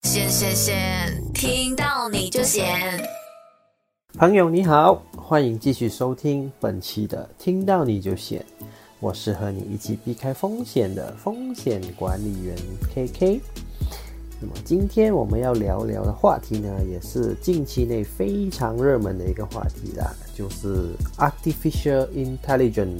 闲，听到你就闲。 朋友你好，欢迎继续收听本期的听到你就闲，我是和你一起避开风险的风险管理员 KK。那么今天我们要聊聊的话题呢，也是近期内非常热门的一个话题啦，就是 Artificial Intelligence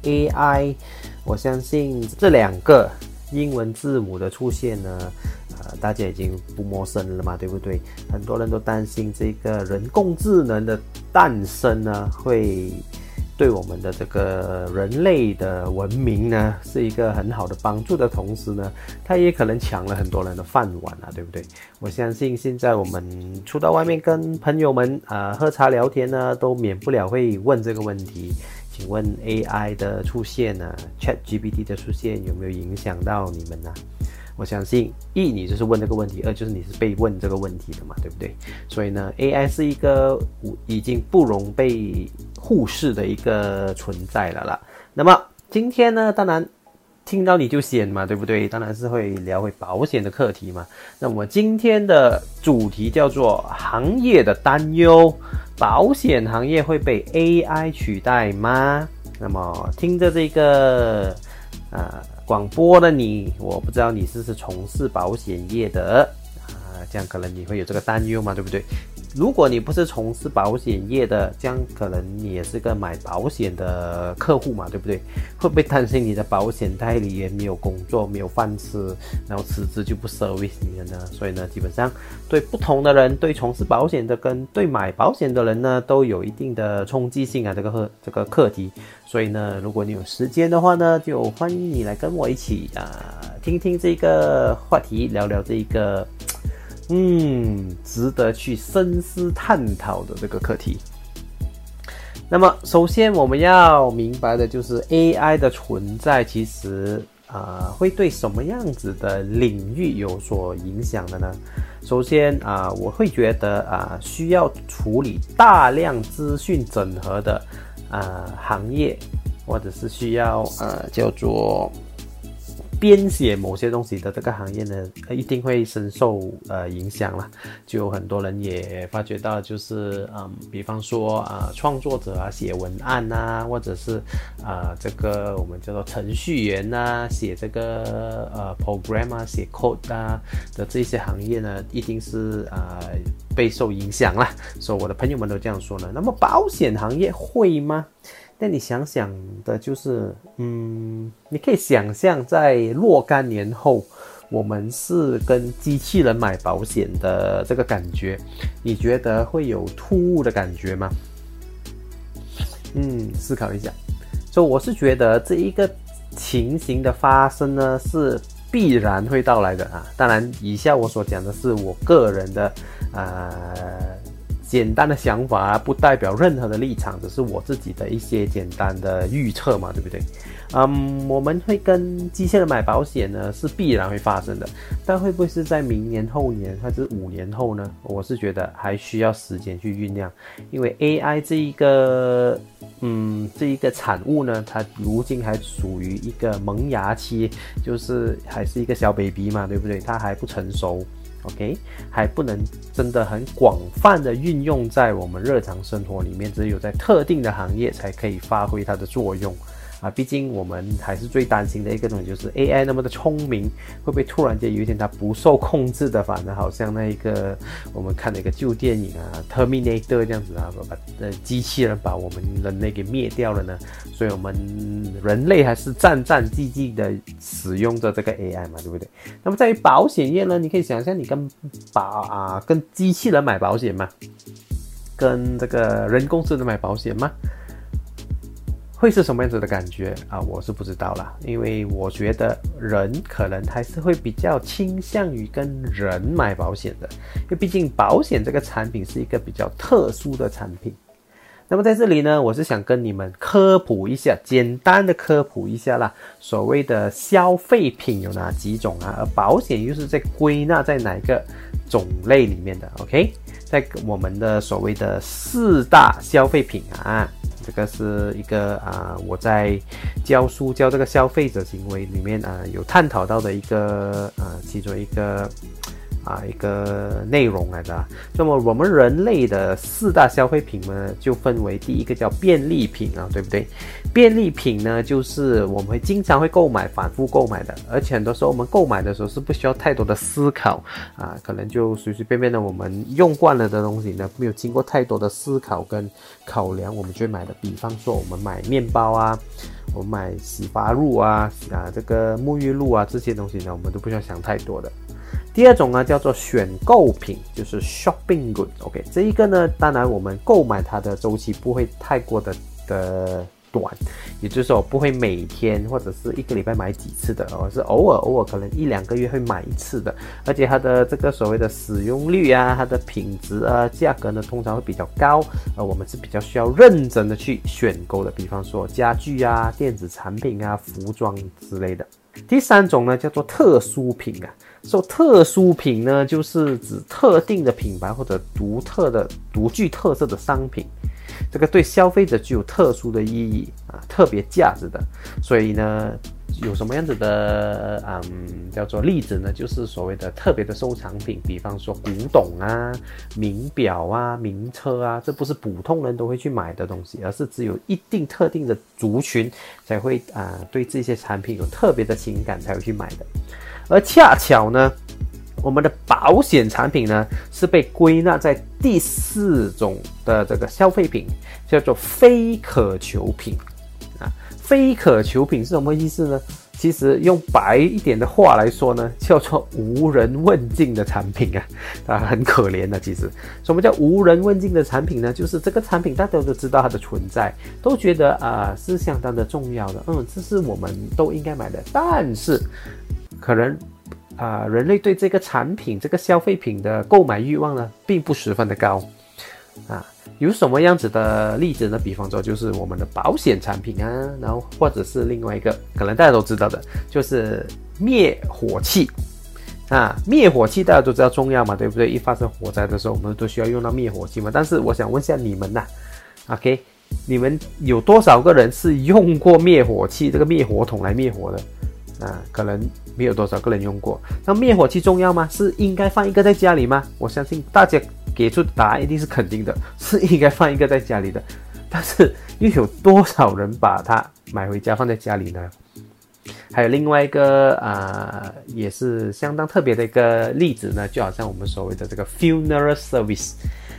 AI。我相信这两个英文字母的出现呢，大家已经不陌生了嘛，对不对？很多人都担心这个人工智能的诞生呢，会对我们的这个人类的文明呢是一个很好的帮助的同时呢，它也可能抢了很多人的饭碗啊，对不对？我相信现在我们出到外面跟朋友们喝茶聊天呢，都免不了会问这个问题。请问 AI 的出现呢 ，ChatGPT 的出现有没有影响到你们呢？我相信一你就是问这个问题，二就是你是被问这个问题的嘛，对不对？所以呢 AI 是一个已经不容被忽视的一个存在了啦。那么今天呢，当然听到你就闲嘛，对不对？当然是会聊回保险的课题嘛。那么今天的主题叫做行业的担忧，保险行业会被 AI 取代吗？那么听着这个广播的你，我不知道你是从事保险业的这样可能你会有这个担忧嘛，对不对？如果你不是从事保险业的，这样可能你也是个买保险的客户嘛，对不对？会不会担心你的保险代理员没有工作，没有饭吃，然后辞职就不 service 你了呢？所以呢，基本上对不同的人，对从事保险的跟对买保险的人呢，都有一定的冲击性啊，这个课题。所以呢，如果你有时间的话呢，就欢迎你来跟我一起听听这个话题，聊聊这个值得去深思探讨的这个课题。那么首先我们要明白的就是 AI 的存在其实会对什么样子的领域有所影响的呢？首先我会觉得需要处理大量资讯整合的行业，或者是需要叫做编写某些东西的这个行业呢，一定会深受影响啦。就很多人也发觉到，就是比方说创作者写文案或者是这个我们叫做程序员写这个program写 code 的这些行业呢，一定是备受影响啦。所以我的朋友们都这样说呢。那么保险行业会吗？但你想想的就是，你可以想象在若干年后，我们是跟机器人买保险的这个感觉，你觉得会有突兀的感觉吗？思考一下。所以我是觉得这一个情形的发生呢，是必然会到来的当然，以下我所讲的是我个人的简单的想法不代表任何的立场，只是我自己的一些简单的预测嘛，对不对？我们会跟机器人买保险呢，是必然会发生的，但会不会是在明年、后年，或者是5年后呢？我是觉得还需要时间去酝酿，因为 AI 这一个产物呢，它如今还属于一个萌芽期，就是还是一个小 baby 嘛，对不对？它还不成熟。OK， 还不能真的很广泛的运用在我们日常生活里面，只有在特定的行业才可以发挥它的作用毕竟我们还是最担心的一个东西，就是 AI 那么的聪明，会不会突然间有一天它不受控制的，反而好像那一个我们看的一个旧电影Terminator 这样子把机器人把我们人类给灭掉了呢？所以我们人类还是战战兢兢的使用着这个 AI 嘛，对不对？那么在于保险业呢，你可以想象你跟机器人买保险吗？跟这个人工智能买保险吗？会是什么样子的感觉我是不知道啦，因为我觉得人可能还是会比较倾向于跟人买保险的，因为毕竟保险这个产品是一个比较特殊的产品。那么在这里呢，我是想跟你们科普一下，简单的科普一下啦，所谓的消费品有哪几种而保险又是在归纳在哪个种类里面的 OK， 在我们的所谓的4大消费品这个是一个我在教这个消费者行为里面有探讨到的一个其中一个一个内容来的。那么我们人类的4大消费品呢，就分为第一个叫便利品啊，对不对？便利品呢，就是我们经常会购买、反复购买的，而且很多时候我们购买的时候是不需要太多的思考啊，可能就随随便便的我们用惯了的东西呢，没有经过太多的思考跟考量，我们就会买的。比方说我们买面包啊，我们买洗发露啊，这个沐浴露啊，这些东西呢，我们都不需要想太多的。第二种呢叫做选购品，就是 shopping goods。OK， 这一个呢，当然我们购买它的周期不会太过的短，也就是说我不会每天或者是1个礼拜买几次的，而是偶尔可能1-2个月会买一次的，而且它的这个所谓的使用率啊，它的品质啊，价格呢通常会比较高，我们是比较需要认真的去选购的，比方说家具啊、电子产品啊、服装之类的。第3种呢叫做特殊品啊，特殊品呢就是指特定的品牌或者独具特色的商品，这个对消费者具有特殊的意义啊，特别价值的。所以呢，有什么样子的叫做例子呢？就是所谓的特别的收藏品，比方说古董啊、名表啊、名车啊，这不是普通人都会去买的东西，而是只有一定特定的族群才会对这些产品有特别的情感才会去买的。而恰巧呢，我们的保险产品呢是被归纳在第4种的这个消费品，叫做非可求品非可求品是什么意思呢？其实用白一点的话来说呢，叫做无人问津的产品很可怜的。其实什么叫无人问津的产品呢？就是这个产品大家都知道它的存在，都觉得是相当的重要的，这是我们都应该买的，但是可能人类对这个产品、这个消费品的购买欲望呢，并不十分的高有什么样子的例子呢？比方说就是我们的保险产品然后或者是另外一个可能大家都知道的，就是灭火器灭火器大家都知道重要嘛，对不对？一发生火灾的时候，我们都需要用到灭火器嘛。但是我想问一下你们OK， 你们有多少个人是用过灭火器这个灭火筒来灭火的？可能没有多少个人用过。那灭火器重要吗？是应该放一个在家里吗？我相信大家给出的答案一定是肯定的，是应该放一个在家里的。但是又有多少人把它买回家放在家里呢？还有另外一个也是相当特别的一个例子呢，就好像我们所谓的这个 funeral service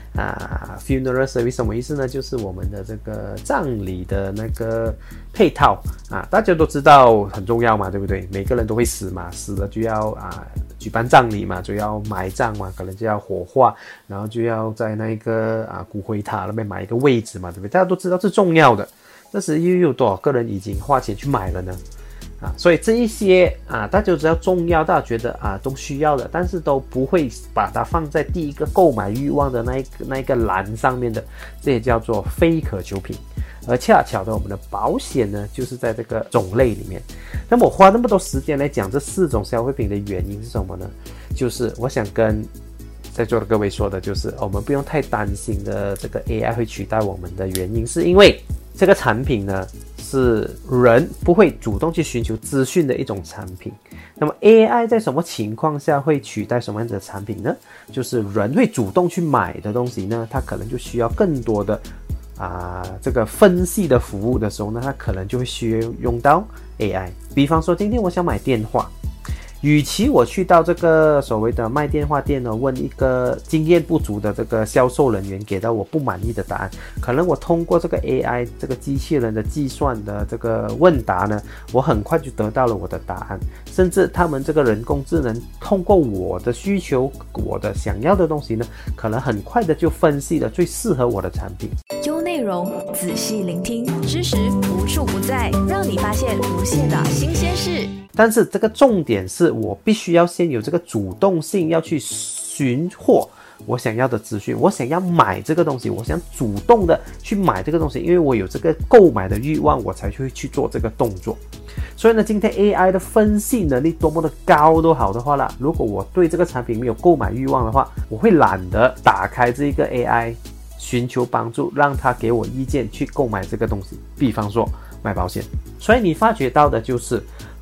funeral service 什么意思呢？就是我们的这个葬礼的那个配套大家都知道很重要嘛，对不对？每个人都会死嘛，死了就要举办葬礼嘛，就要埋葬嘛，可能就要火化，然后就要在那个骨灰塔那边买一个位置嘛，对不对？大家都知道是重要的，但是又有多少个人已经花钱去买了呢？所以这一些大家都知道重要，大家觉得都需要的，但是都不会把它放在第一个购买欲望的那一个栏上面的，这也叫做非可求品。而恰巧的，我们的保险呢，就是在这个种类里面。那么我花那么多时间来讲这4种消费品的原因是什么呢？就是我想跟在座的各位说的，就是我们不用太担心的这个 AI 会取代我们的原因，是因为这个产品呢是人不会主动去寻求资讯的一种产品。那么 AI 在什么情况下会取代什么样子的产品呢？就是人会主动去买的东西呢，它可能就需要更多的这个分析的服务的时候呢，它可能就会需要用到 AI。 比方说今天我想买电话，与其我去到这个所谓的卖电话店呢，问一个经验不足的这个销售人员给到我不满意的答案，可能我通过这个 AI 这个机器人的计算的这个问答呢，我很快就得到了我的答案，甚至他们这个人工智能通过我的需求、我的想要的东西呢，可能很快的就分析了最适合我的产品。 优内容，仔细聆听，知识无处不在，让你发现无限的新鲜事。 但是这个重点是我必须要先有这个主动性，要去寻获我想要的资讯，我想要买这个东西，我想主动的去买这个东西，因为我有这个购买的欲望，我才会去做这个动作。所以呢，今天 AI 的分析能力多么的高都好的话啦，如果我对这个产品没有购买欲望的话，我会懒得打开这个 AI 寻求帮助，让他给我意见去购买这个东西。比方说买保险。所以你发觉到的就是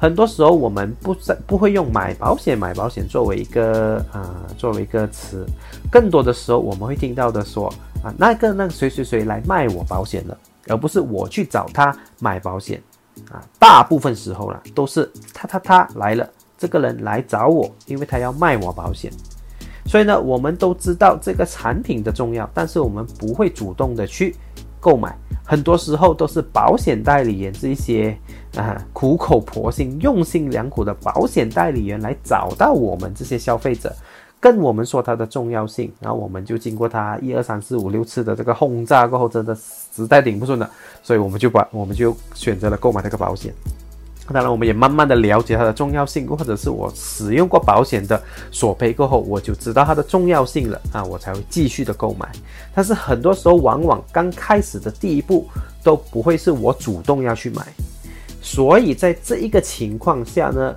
很多时候我们不会用买保险作为一个词，更多的时候我们会听到的说那个谁来卖我保险了，而不是我去找他买保险大部分时候啦都是他来了，这个人来找我，因为他要卖我保险。所以呢，我们都知道这个产品的重要，但是我们不会主动的去购买，很多时候都是保险代理员，是一些苦口婆心、用心良苦的保险代理员来找到我们这些消费者，跟我们说它的重要性，然后我们就经过它1、2、3、4、5、6次的这个轰炸过后，真的实在顶不顺了，所以我们就选择了购买这个保险。当然我们也慢慢的了解它的重要性，或者是我使用过保险的索赔过后，我就知道它的重要性了我才会继续的购买。但是很多时候往往刚开始的第一步都不会是我主动要去买，所以在这一个情况下呢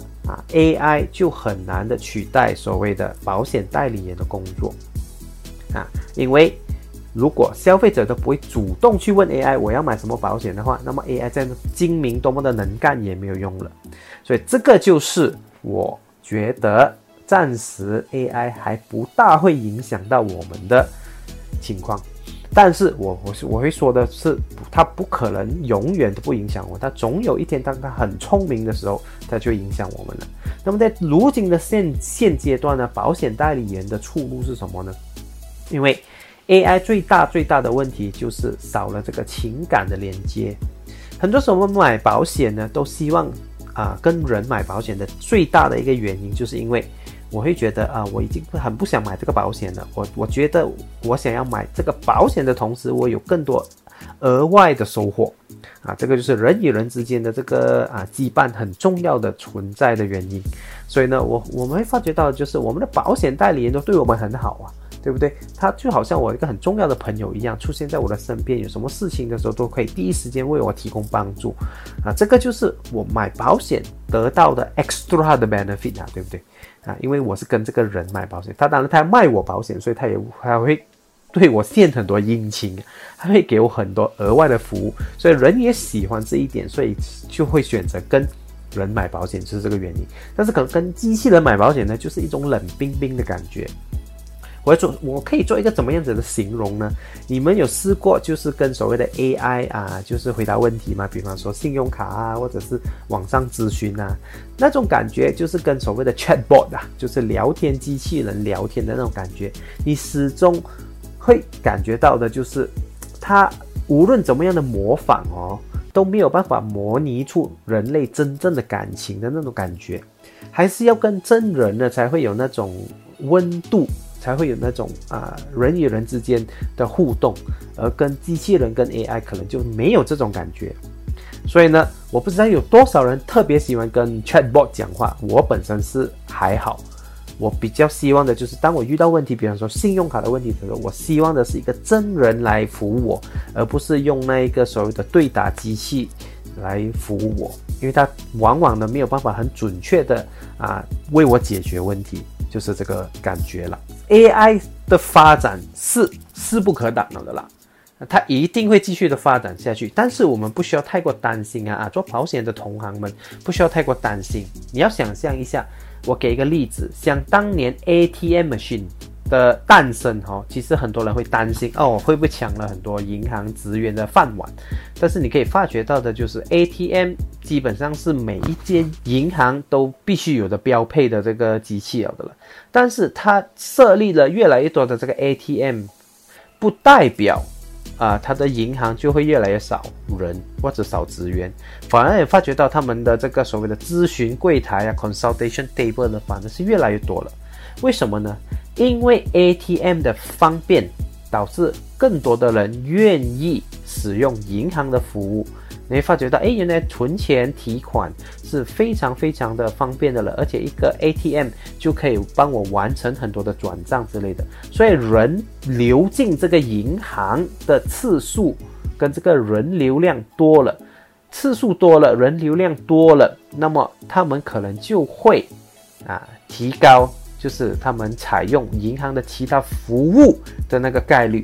AI 就很难的取代所谓的保险代理人的工作因为如果消费者都不会主动去问 AI 我要买什么保险的话，那么 AI 再精明多么的能干也没有用了。所以这个就是我觉得暂时 AI 还不大会影响到我们的情况。但是我会说的是，它不可能永远都不影响我，它总有一天当它很聪明的时候，它就会影响我们了。那么在如今的现阶段呢，保险代理人的出路是什么呢？因为AI 最大的问题就是少了这个情感的连接。很多时候我们买保险呢，都希望跟人买保险的最大的一个原因，就是因为我会觉得我已经很不想买这个保险了，我觉得我想要买这个保险的同时，我有更多额外的收获这个就是人与人之间的这个羁绊很重要的存在的原因。所以呢，我们会发觉到就是我们的保险代理人都对我们很好对不对？他就好像我一个很重要的朋友一样，出现在我的身边，有什么事情的时候都可以第一时间为我提供帮助这个就是我买保险得到的 extra 的 benefit 对不对因为我是跟这个人买保险，他当然他要卖我保险，所以他会对我献很多殷勤，他会给我很多额外的服务，所以人也喜欢这一点，所以就会选择跟人买保险，就是这个原因。但是可能跟机器人买保险呢，就是一种冷冰冰的感觉。我可以做一个怎么样子的形容呢？你们有试过就是跟所谓的 AI 就是回答问题吗？比方说信用卡或者是网上咨询那种感觉就是跟所谓的 chatbot 就是聊天机器人聊天的那种感觉，你始终会感觉到的就是它无论怎么样的模仿都没有办法模拟出人类真正的感情的那种感觉，还是要跟真人呢才会有那种温度，才会有那种人与人之间的互动，而跟机器人跟 AI 可能就没有这种感觉。所以呢，我不知道有多少人特别喜欢跟 chatbot 讲话，我本身是还好，我比较希望的就是当我遇到问题，比方说信用卡的问题的时候，我希望的是一个真人来服务我，而不是用那一个所谓的对答机器来服务我，因为它往往呢没有办法很准确的为我解决问题，就是这个感觉了。AI 的发展是势不可挡的啦，它一定会继续的发展下去，但是我们不需要太过担心做保险的同行们不需要太过担心。你要想象一下，我给一个例子，像当年 ATM machine 的诞生其实很多人会担心会不会抢了很多银行职员的饭碗，但是你可以发觉到的就是 ATM 基本上是每一间银行都必须有的标配的这个机器了的了，但是它设立了越来越多的这个 ATM 不代表它的银行就会越来越少人或者少职员，反而也发觉到他们的这个所谓的咨询柜台consultation table 的反而是越来越多了。为什么呢？因为 ATM 的方便导致更多的人愿意使用银行的服务，你会发觉到原来存钱提款是非常非常的方便的了，而且一个 ATM 就可以帮我完成很多的转账之类的，所以人流进这个银行的次数跟这个人流量多了，次数多了，人流量多了，那么他们可能就会提高就是他们采用银行的其他服务的那个概率。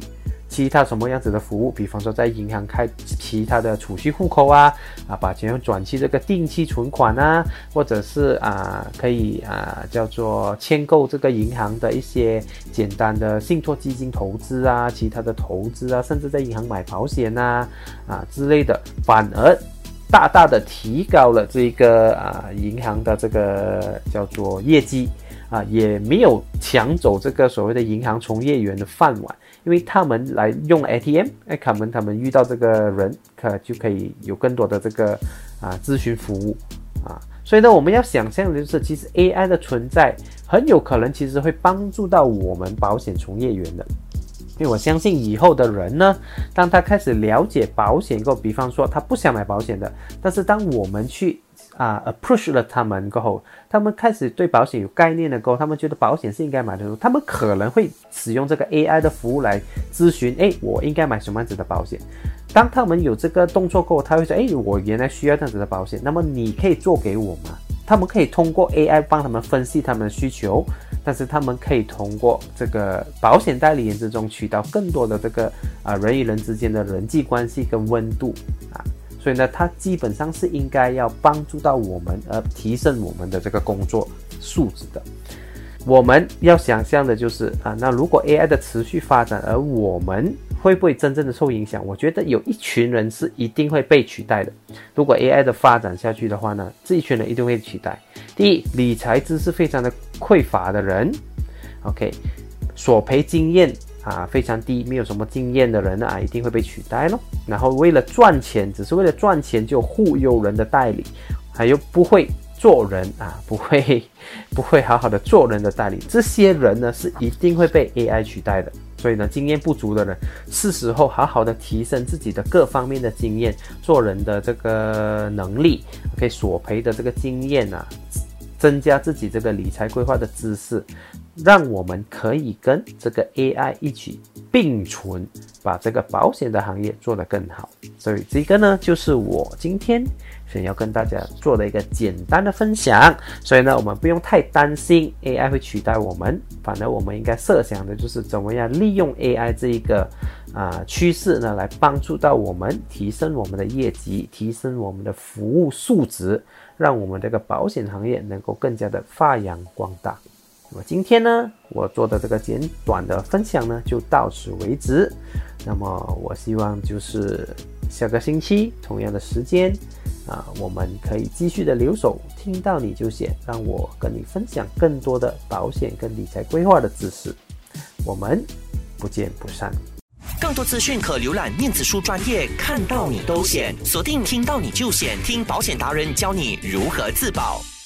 其他什么样子的服务，比方说在银行开其他的储蓄户口啊，把钱转去这个定期存款啊，或者是可以叫做签购这个银行的一些简单的信托基金投资啊，其他的投资啊，甚至在银行买保险之类的，反而大大的提高了这个银行的这个叫做业绩也没有抢走这个所谓的银行从业员的饭碗，因为他们来用 ATM， 他们遇到这个人就可以有更多的这个咨询服务所以呢，我们要想象的就是，其实 AI 的存在很有可能其实会帮助到我们保险从业员的。因为我相信以后的人呢，当他开始了解保险过后，比方说他不想买保险的，但是当我们去approach 了他们过后，他们开始对保险有概念了过后，他们觉得保险是应该买的时候，他们可能会使用这个 AI 的服务来咨询，我应该买什么样子的保险。当他们有这个动作过后，他会说，我原来需要这样子的保险，那么你可以做给我吗？他们可以通过 AI 帮他们分析他们的需求，但是他们可以通过这个保险代理人之中取到更多的这个人与人之间的人际关系跟温度所以呢，它基本上是应该要帮助到我们而提升我们的这个工作素质的。我们要想象的就是那如果 AI 的持续发展，而我们会不会真正的受影响？我觉得有一群人是一定会被取代的。如果 AI 的发展下去的话呢，这一群人一定会取代。第一，理财知识非常的匮乏的人 ，OK， 索赔经验非常低，没有什么经验的人一定会被取代咯。然后为了赚钱，只是为了赚钱就忽悠人的代理，还有不会做人不会好好的做人的代理，这些人呢是一定会被 AI 取代的。所以呢，经验不足的人是时候好好的提升自己的各方面的经验，做人的这个能力，可以索赔的这个经验增加自己这个理财规划的知识，让我们可以跟这个 AI 一起并存，把这个保险的行业做得更好。所以这个呢，就是我今天想要跟大家做的一个简单的分享。所以呢，我们不用太担心 AI 会取代我们，反而我们应该设想的就是怎么样利用 AI 这一个趋势呢，来帮助到我们提升我们的业绩，提升我们的服务素质，让我们这个保险行业能够更加的发扬光大。那么今天呢，我做的这个简短的分享呢，就到此为止。那么我希望就是下个星期同样的时间我们可以继续的留守，听到你就险，让我跟你分享更多的保险跟理财规划的知识。我们不见不散。 更多资讯可浏览面子书专页，看到你都险，锁定听到你就险，听保险达人教你如何自保。